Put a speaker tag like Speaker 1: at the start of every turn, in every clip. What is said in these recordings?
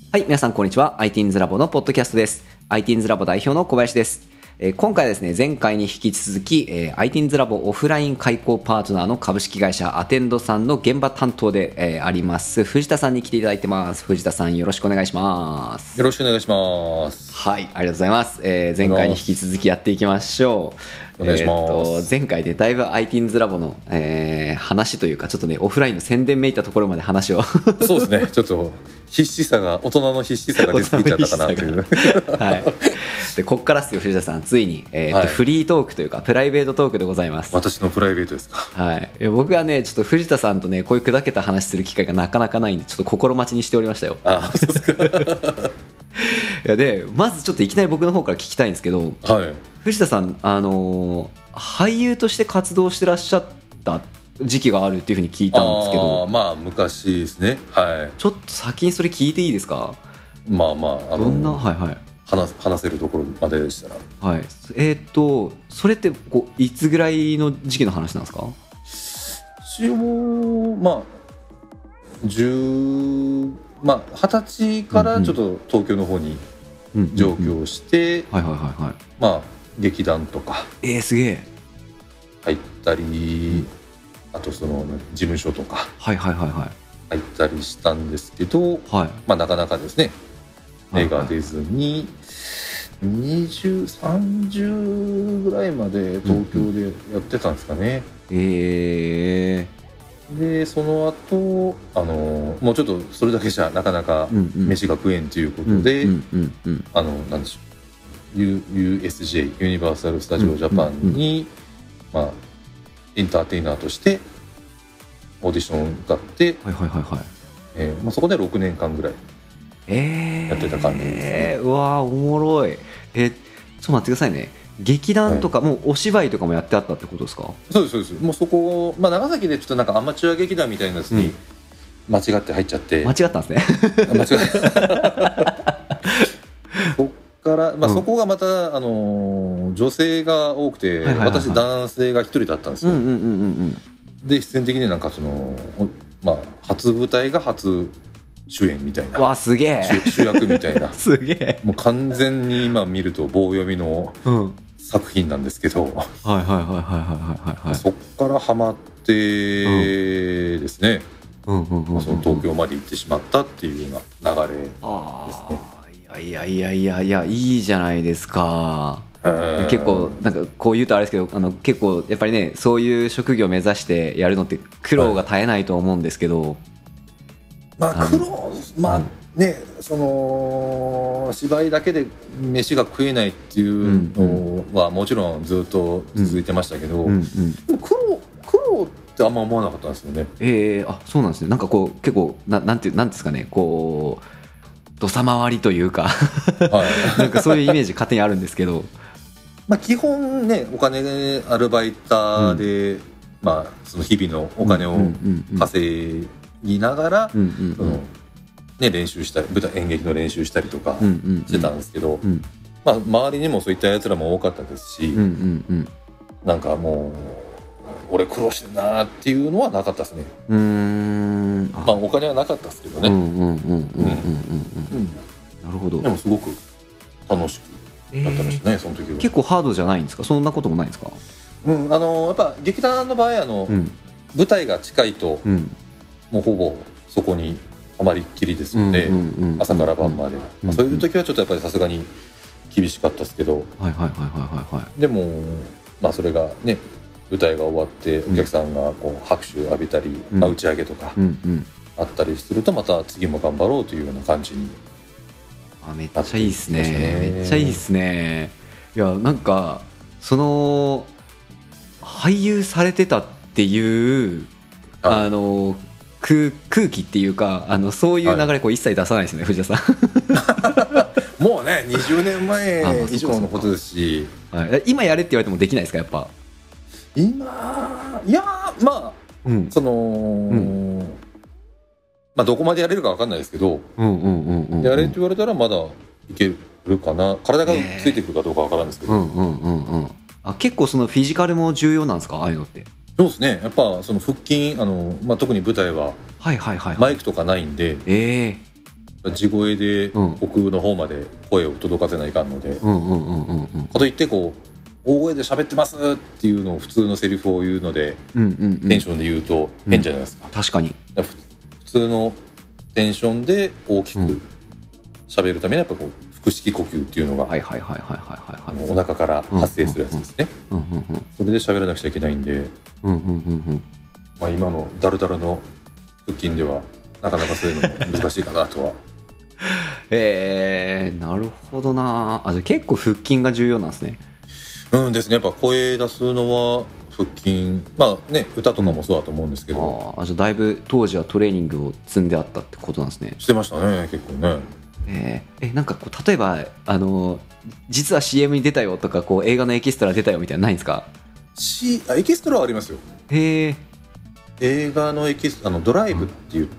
Speaker 1: はい、皆さんこんにちは。ITINS ラボのポッドキャストです。ITINS ラボ代表の小林です。今回はですね、前回に引き続き、ITINS ラボオフライン開講パートナーの株式会社アテンドさんの現場担当で、あります藤田さんに来ていただいてます。藤田さん、よろしくお願いします。
Speaker 2: よろしくお願いします。
Speaker 1: はい、ありがとうございます。前回に引き続きやっていきましょう。
Speaker 2: お願いします。
Speaker 1: 前回でだいぶ ITINS ラボの、話というかちょっとねオフラインの宣伝めいたところまで話を
Speaker 2: そうですね、ちょっと必死さが大人の必死さが出過ぎちゃったかなという
Speaker 1: はい、でこっからですよ藤田さん、ついに、
Speaker 2: はい、
Speaker 1: フリートークというかプライベートトークでございます。
Speaker 2: 私のプライベートですか。
Speaker 1: はい、僕はねちょっと藤田さんとねこういう砕けた話する機会がなかなかないんでちょっと心待ちにしておりましたよ。
Speaker 2: あ、そうですか。
Speaker 1: いやでまずちょっといきなり僕の方から聞きたいんですけど、
Speaker 2: はい、
Speaker 1: 藤田さん俳優として活動してらっしゃった時期があるっていうふうに聞いたんですけど、
Speaker 2: まあ昔ですね。はい。
Speaker 1: ちょっと先にそれ聞いていいですか？
Speaker 2: まあ
Speaker 1: どんな、はいはい、
Speaker 2: 話せるところまででしたら、
Speaker 1: はい、それってこういつぐらいの時期の話なんですか？
Speaker 2: 一応まあ20歳からちょっと東京の方に上京して、まあ劇団とか
Speaker 1: すげえ
Speaker 2: 入ったり、あとその事務所とか入ったりしたんですけど、まあなかなかですね絵が出ずに20、30ぐらいまで東京でやってたんですかね。でその後もうちょっとそれだけじゃなかなか飯が食えんということで、なんでしょう、USJ ユニバーサル・スタジオ・ジャパンに、まあエンターテイナーとしてオーディションを受かって、そこで6年間ぐらいやってた感じですね。
Speaker 1: うわーおもろい。ちょっと待ってくださいね。劇団とか、もうお芝居とかもやってあったってことですか？
Speaker 2: そうですそうです。もうそこ、長崎でちょっとなんかアマチュア劇団みたいなやつに間違って入っちゃって、
Speaker 1: 間違ったんですね。
Speaker 2: 間違ってそっから、そこがまた、女性が多くて、私男性が一人だったんですよ。で必然的になんかその、初舞台が初主演みたいな、
Speaker 1: わすげえ
Speaker 2: 主役みたいな
Speaker 1: すげえ
Speaker 2: もう完全に今見ると棒読みの作品なんですけど、そっからハマってですね、その東京まで行ってしまったっていうような流れですね。
Speaker 1: いやいいじゃないですか。結構なんかこう言うとあれですけど結構やっぱりねそういう職業を目指してやるのって苦労が絶えないと思うんですけど、
Speaker 2: 苦労ね、その芝居だけで飯が食えないっていうのはもちろんずっと続いてましたけど、苦労ってあんま思わなかったんですよね。
Speaker 1: あ、そうなんですね。なんかこう結構なんですかね、こう土佐回りというかなんかそういうイメージ勝手にあるんですけど、
Speaker 2: 基本ねお金アルバイターで、その日々のお金を稼ぎながら練習したり演劇の練習したりとかしてたんですけど、周りにもそういったやつらも多かったですし、なんかもう俺苦労してるなっていうのはなかったですね。お金はなかったですけどね。なるほど。でもすごく楽しくやってましたね、その時は。
Speaker 1: 結構ハードじゃないんですか？そんなこともないんですか？
Speaker 2: やっぱ劇団の場合舞台が近いと、もうほぼそこにあまりっきりですので、朝から晩まで、そういう時はちょっとやっぱりさすがに厳しかったですけど、でもそれがね舞台が終わってお客さんがこう拍手を浴びたり、打ち上げとかあったりするとまた次も頑張ろうというような感じに。
Speaker 1: めっちゃいいですね。めっちゃいいですね。いやなんかその俳優されてたっていう空気っていうかそういう流れこう一切出さないですね、藤田さ
Speaker 2: ん。もうね20年前以上のことですし、
Speaker 1: 今やれって言われてもできないですか？やっぱ
Speaker 2: 今いやその、どこまでやれるか分かんないですけど、やれって言われたらまだいけるかな。体がついてくるかどうか分からんですけど、
Speaker 1: 結構そのフィジカルも重要なんですか？ああいうのって。
Speaker 2: そうですね。やっぱその腹筋特に舞台はマイクとかないんで、 地声で奥の方まで声を届かせないかんので、かといってこう大声で喋ってますっていうのを普通のセリフを言うので、テンションで言うと変じゃないですか。
Speaker 1: 確かに。
Speaker 2: 普通のテンションで大きく喋るためにはやっぱこう腹式呼吸っていうのがお腹から発生するやつですね。それで喋らなくちゃいけないんで、まあ今のダルダルの腹筋ではなかなかそういうのも難しいかなとは。
Speaker 1: なるほどな。じゃあ結構腹筋が重要なんですね。
Speaker 2: ですね。やっぱ声出すのは腹筋、まあね、歌とかもそうだと思うんですけど、
Speaker 1: じゃあだいぶ当時はトレーニングを積んであったってことなんですね。
Speaker 2: してましたね、結構ね。
Speaker 1: なんかこう例えば実は CM に出たよとかこう映画のエキストラ出たよみたいなのないんですか？
Speaker 2: エキストラはありますよ。
Speaker 1: 映
Speaker 2: 画のエキストラドライブって言って、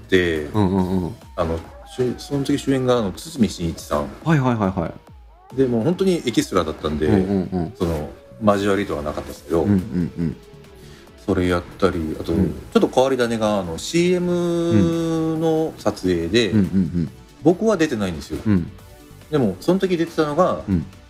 Speaker 2: その時主演が堤真一さん。でもう本当にエキストラだったんで、その交わりとはなかったですけど、それやったり、あとちょっと変わり種がCM の撮影で、僕は出てないんですよ。でもその時出てたのが、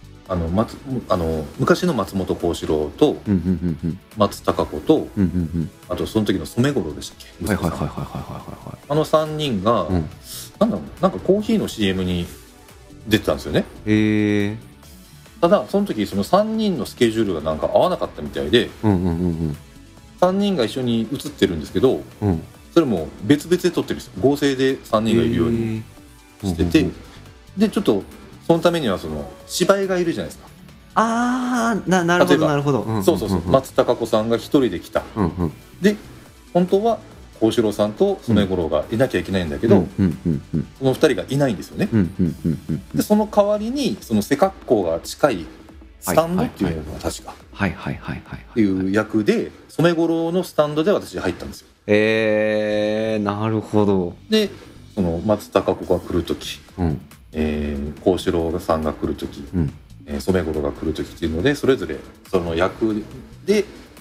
Speaker 2: 昔の松本幸四郎と松たか子と、あとその時の染五郎でしたっけ。3人が、なんかコーヒーの CM に出てたんですよね。ただその時その3人のスケジュールがなんか合わなかったみたいで、3人が一緒に写ってるんですけど、それも別々で撮ってるんですよ。合成で3人がいるようにしてて、でちょっとそのためにはその芝居がいるじゃないですか。
Speaker 1: なるほどなるほど。
Speaker 2: 松たか子さんが一人で来た。で本当は幸四郎さんと染五郎がいなきゃいけないんだけど、その2人がいないんですよね。でその代わりにその背格好が近いスタンドっていうのが確かっていう役で染五郎のスタンドで私入ったんですよ。
Speaker 1: なるほど。
Speaker 2: でその松たか子が来る時、幸四郎さんが来る時、染五郎が来る時っていうのでそれぞれその役で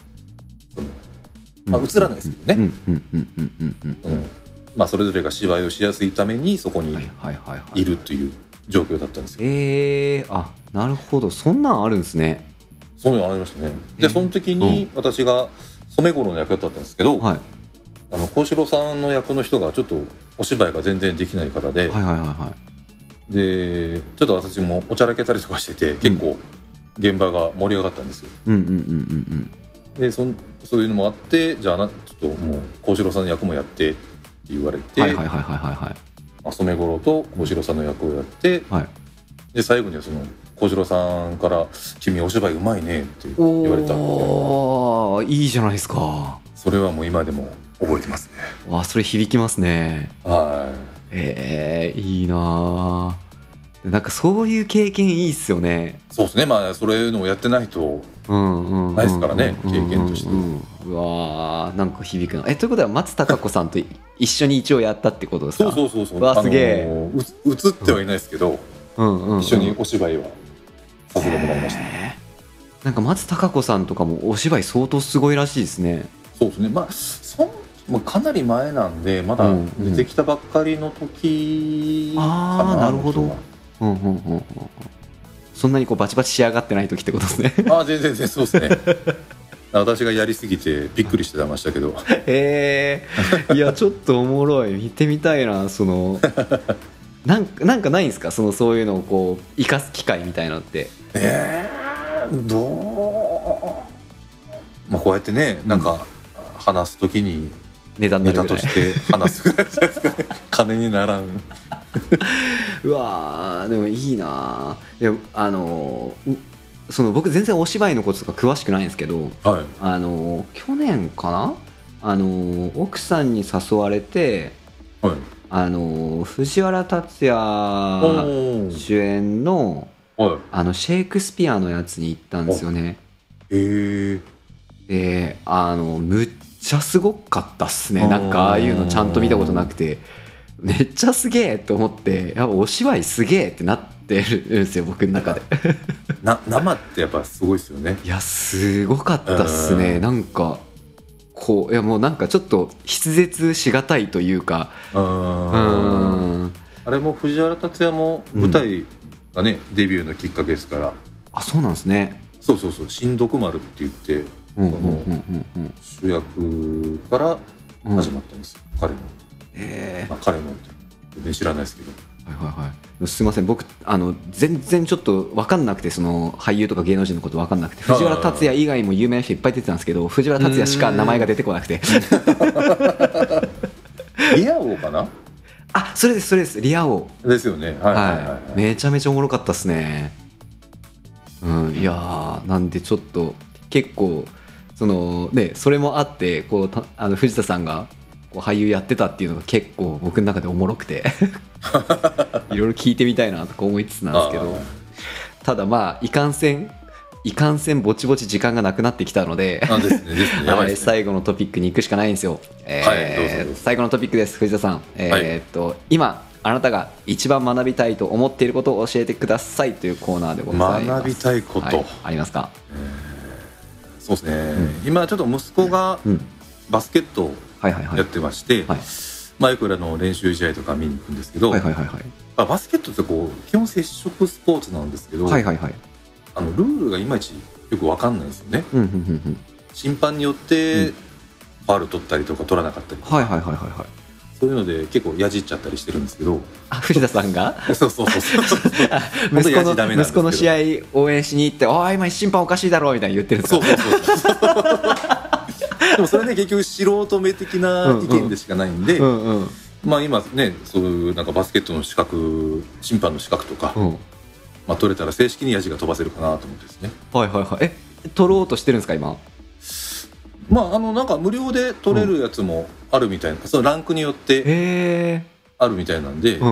Speaker 2: 映らないですけどね、それぞれが芝居をしやすいためにそこにいるという状況だったんですよ。
Speaker 1: なるほど。そんなんあるんですね。
Speaker 2: そういうのありましたね。でその時に私が染五郎の役だったんですけど、幸四郎さんの役の人がちょっとお芝居が全然できない方で、でちょっと私もおちゃらけたりとかしてて結構現場が盛り上がったんですよ。でそういうのもあって、じゃあちょっともう幸四郎さんの役もやってって言われて、染五郎と幸四郎さんの役をやって、で最後にはその幸四郎さんから「君お芝居うまいね」って言われたんで。
Speaker 1: いいじゃないですか。
Speaker 2: それはもう今でも覚えてますね。
Speaker 1: それ響きますね。いいな。なんかそういう経験いいっすよね。
Speaker 2: そうですね。そういうのをやってないとないですからね、経験として。
Speaker 1: なんか響くな。ということは松たか子さんと一緒に一応やったってことですか？
Speaker 2: そう。
Speaker 1: すげえ。
Speaker 2: 映ってはいないですけど、一緒にお芝居はさせてもらいました。
Speaker 1: なんか松たか子さんとかもお芝居相当すごいらしいですね。
Speaker 2: そうですね。かなり前なんでまだ出てきたばっかりの時かな。
Speaker 1: なるほど。そんなにこうバチバチ仕上がってない時ってことですね。
Speaker 2: 全然そうですね。私がやりすぎてびっくりしてましたけど。
Speaker 1: いやちょっとおもろい。見てみたいな。なんかないんですか、そういうのをこう生かす機会みたいなのって。
Speaker 2: こうやってね、なんか話す時に
Speaker 1: ネタ
Speaker 2: として話すぐらいですかね。金にならん。
Speaker 1: でもいいな。で僕全然お芝居のこととか詳しくないんですけど、去年かな、奥さんに誘われて、藤原竜也主演のシェイクスピアのやつに行ったんですよね。でむっちゃすごかったっすね。なんかああいうのちゃんと見たことなくて、めっちゃすげえと思って、やっぱお芝居すげえってなってるんですよ、僕の中で。
Speaker 2: 生ってやっぱすごいですよね。
Speaker 1: いやすごかったっすね。なんかもうなんかちょっと筆舌しがたいというか、
Speaker 2: あれも藤原竜也も舞台がね、デビューのきっかけですから。
Speaker 1: あ、そうなんですね。
Speaker 2: そうそうそう、新徳丸って言って、主役から始まったんですよ、彼の。彼のって知らないですけど。
Speaker 1: すいません、僕全然ちょっと分かんなくて、その俳優とか芸能人のこと分かんなくて、藤原竜也以外も有名な人いっぱい出てたんですけど、藤原竜也しか名前が出てこなくて。
Speaker 2: リア王かな。
Speaker 1: あ、それですそれです、リア王
Speaker 2: ですよね。
Speaker 1: めちゃめちゃおもろかったですね。いやなんでちょっと結構そのね、それもあってこう藤田さんがこう俳優やってたっていうのが結構僕の中でおもろくていろいろ聞いてみたいなとか思いつつなんですけど、ただまあいかんせんぼちぼち時間がなくなってきたので最後のトピックに行くしかないんですよ。最後のトピックです。藤田さん、今あなたが一番学びたいと思っていることを教えてくださいというコーナーでございます。
Speaker 2: 学びたいこと、
Speaker 1: ありますか？
Speaker 2: そうですね、今ちょっと息子がバスケットをやってまして、よく練習試合とか見に行くんですけど、バスケットってこう基本接触スポーツなんですけど、ルールがいまいちよく分かんないんですよね。審判によってファウル取ったりとか取らなかったりとか、そういうので結構やじっちゃったりしてるんですけど。
Speaker 1: 藤田さんが
Speaker 2: そう
Speaker 1: 息子の試合応援しに行って、ああ今審判おかしいだろうみたいに言ってるんですか？
Speaker 2: でもそれね、結局素人目的な意見でしかないんで、今ね、そういうなんかバスケットの資格、審判の資格とか、取れたら正式にやじが飛ばせるかなと思ってですね。
Speaker 1: 取ろうとしてるんですか今？
Speaker 2: なんか無料で取れるやつもあるみたいな、そのランクによってあるみたいなんで、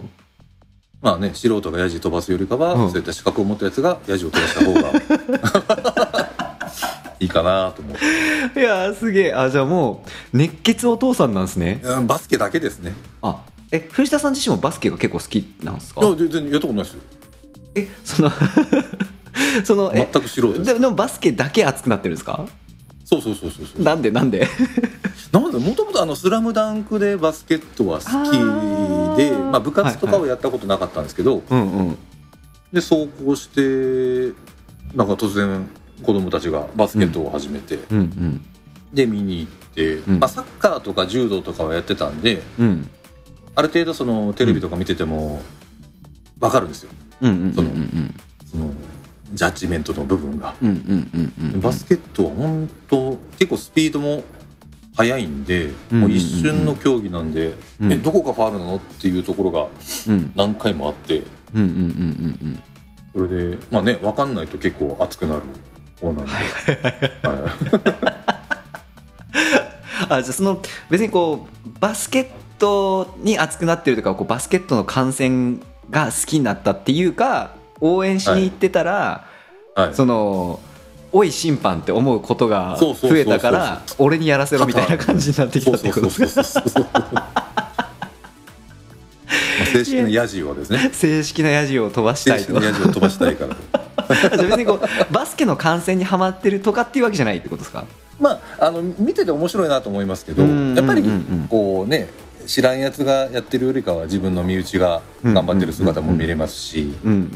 Speaker 2: 素人がヤジ飛ばすよりかは、そういった資格を持ったやつがヤジを飛ばした方がいいかなと思って。
Speaker 1: いやすげえ。じゃあもう熱血お父さんなんですね。
Speaker 2: バスケだけですね。
Speaker 1: 藤田さん自身もバスケが結構好きなんですか？
Speaker 2: 全然やったことないですよ。全く素人です。
Speaker 1: でもバスケだけ熱くなってるんですか？
Speaker 2: そう
Speaker 1: なんでも
Speaker 2: ともとスラムダンクでバスケットは好きで、部活とかはやったことなかったんですけど、で走行してなんか突然子供たちがバスケットを始めて、で見に行って、サッカーとか柔道とかはやってたんで、ある程度そのテレビとか見てても分かるんですよ、そのジャッジメントの部分が。バスケットは本当結構スピードも速いんで、もう一瞬の競技なんで、どこがファウルなのっていうところが何回もあって、それで分かんないと結構熱くなる方なんで。
Speaker 1: じゃあその別にこうバスケットに熱くなってるとか、こうバスケットの観戦が好きになったっていうか、応援しに行ってたら、そのおい審判って思うことが増えたから俺にやらせろみたいな感じになってきたっていうことですか？
Speaker 2: 正式なヤジをですね。
Speaker 1: 正式なヤジを飛ばしたいと。
Speaker 2: 正式なヤジを飛ばしたいから。
Speaker 1: じゃあ別にこうバスケの観戦にはまってるとかっていうわけじゃないってことですか？
Speaker 2: 見てて面白いなと思いますけど、やっぱりこうね、知らんやつがやってるよりかは自分の身内が頑張ってる姿も見れますし。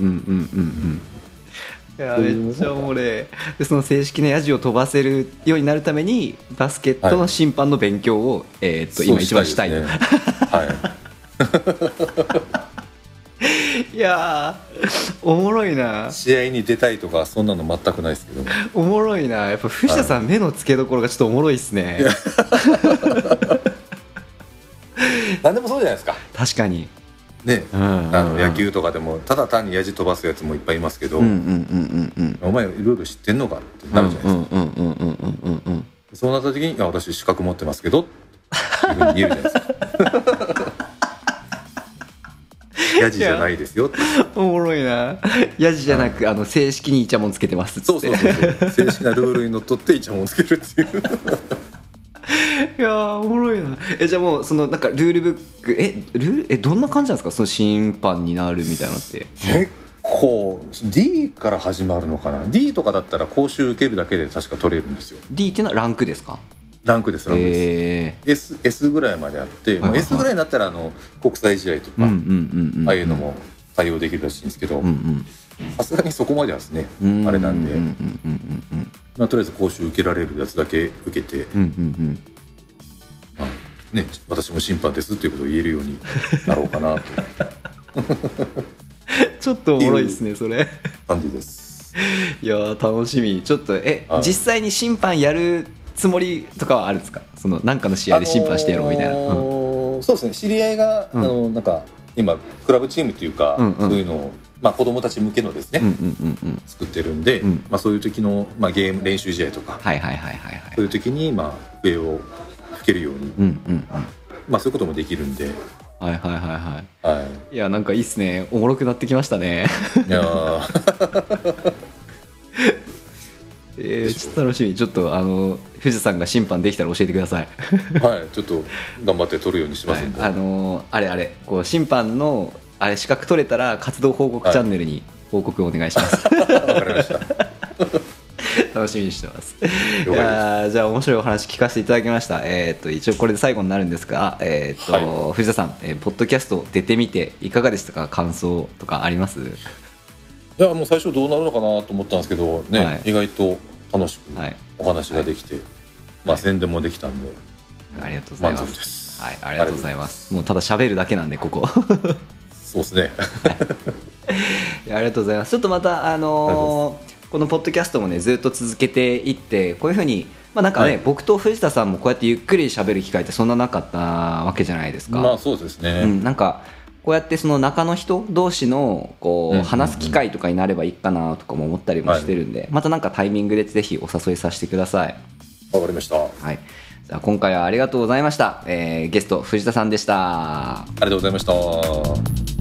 Speaker 1: いやめっちゃおもれ。でその正式なヤジを飛ばせるようになるためにバスケットの審判の勉強を、今一番したいと。いやおもろいな。
Speaker 2: 試合に出たいとかそんなの全くないですけど、
Speaker 1: おもろいな。やっぱ藤田さん、目の付けどころがちょっとおもろいっすね。
Speaker 2: 何でもそうじゃないですか。
Speaker 1: 確かに
Speaker 2: ね、野球とかでもただ単にヤジ飛ばすやつもいっぱいいますけど、お前ルール知ってんのかってなるじゃないですか。そうなった時に私資格持ってますけどっていうふうに言えるじゃないですか。ヤジじゃないですよって。
Speaker 1: おもろいな。ヤジじゃなく、正式にイチャモンつけてますっつって。
Speaker 2: 正式なルールにのっとってイチャモンつけるっていう。
Speaker 1: いやおもろいな。じゃあもうそのなんかルールブックどんな感じなんですか？その審判になるみたいなのって
Speaker 2: 結構 D から始まるのかな。 D とかだったら講習受けるだけで確か取れるんですよ。
Speaker 1: D っていうのはランクですか？
Speaker 2: ランクです。S ぐらいまであって、まあ、S ぐらいになったら国際試合とか、ああいうのも対応できるらしいんですけど、さすがにそこまではですね、あれなんで、まあ、とりあえず講習受けられるやつだけ受けて、まあね、私も審判ですっていうことを言えるようになろうかなと
Speaker 1: ちょっとおもろいですねそれ
Speaker 2: 感じです。
Speaker 1: いや楽しみ。ちょっと実際に審判やるつもりとかはあるんですか？その何かの試合で審判してやろうみたいな、
Speaker 2: そうですね、知り合いが、なんか今クラブチームっていうか、そういうのを、まあ、子供たち向けのですね、作ってるんで、まあ、そういう時の、まあ、ゲーム練習試合とか、そういう時に、まあ、笛を吹けるように、まあ、そういうこともできるんで、いやなんかいいっすね。おもろくなってきましたね。いや
Speaker 1: ちょっと楽しみ。ちょっと藤さんが審判できたら教えてください。
Speaker 2: はい、ちょっと頑張って取るようにしますんで、
Speaker 1: あれこう審判の資格取れたら活動報告チャンネルに報告お願いします。
Speaker 2: わかりました。
Speaker 1: 楽しみにしてます。いやじゃあ面白いお話聞かせていただきました。一応これで最後になるんですが、藤田さん、ポッドキャスト出てみていかがでしたか？感想とかあります？
Speaker 2: いやもう最初どうなるのかなと思ったんですけどね、意外と楽しくお話ができて、まあ宣伝もできたんで、
Speaker 1: ありがとうございます。
Speaker 2: 満足です。
Speaker 1: はい、ありがとうございます。もうただ喋るだけなんでここ。
Speaker 2: そうですね。
Speaker 1: いやありがとうございます。ちょっとまたこのポッドキャストもねずっと続けていって、こういうふうにまあなんかね、僕と藤田さんもこうやってゆっくり喋る機会ってそんななかったわけじゃないですか。
Speaker 2: まあそうですね。
Speaker 1: なんかこうやってその中の人同士のこう話す機会とかになればいいかなとかも思ったりもしてるんで、またなんかタイミングでぜひお誘いさせてください。
Speaker 2: わかりました。
Speaker 1: はい。じゃあ今回はありがとうございました。ゲスト藤田さんでした。
Speaker 2: ありがとうございました。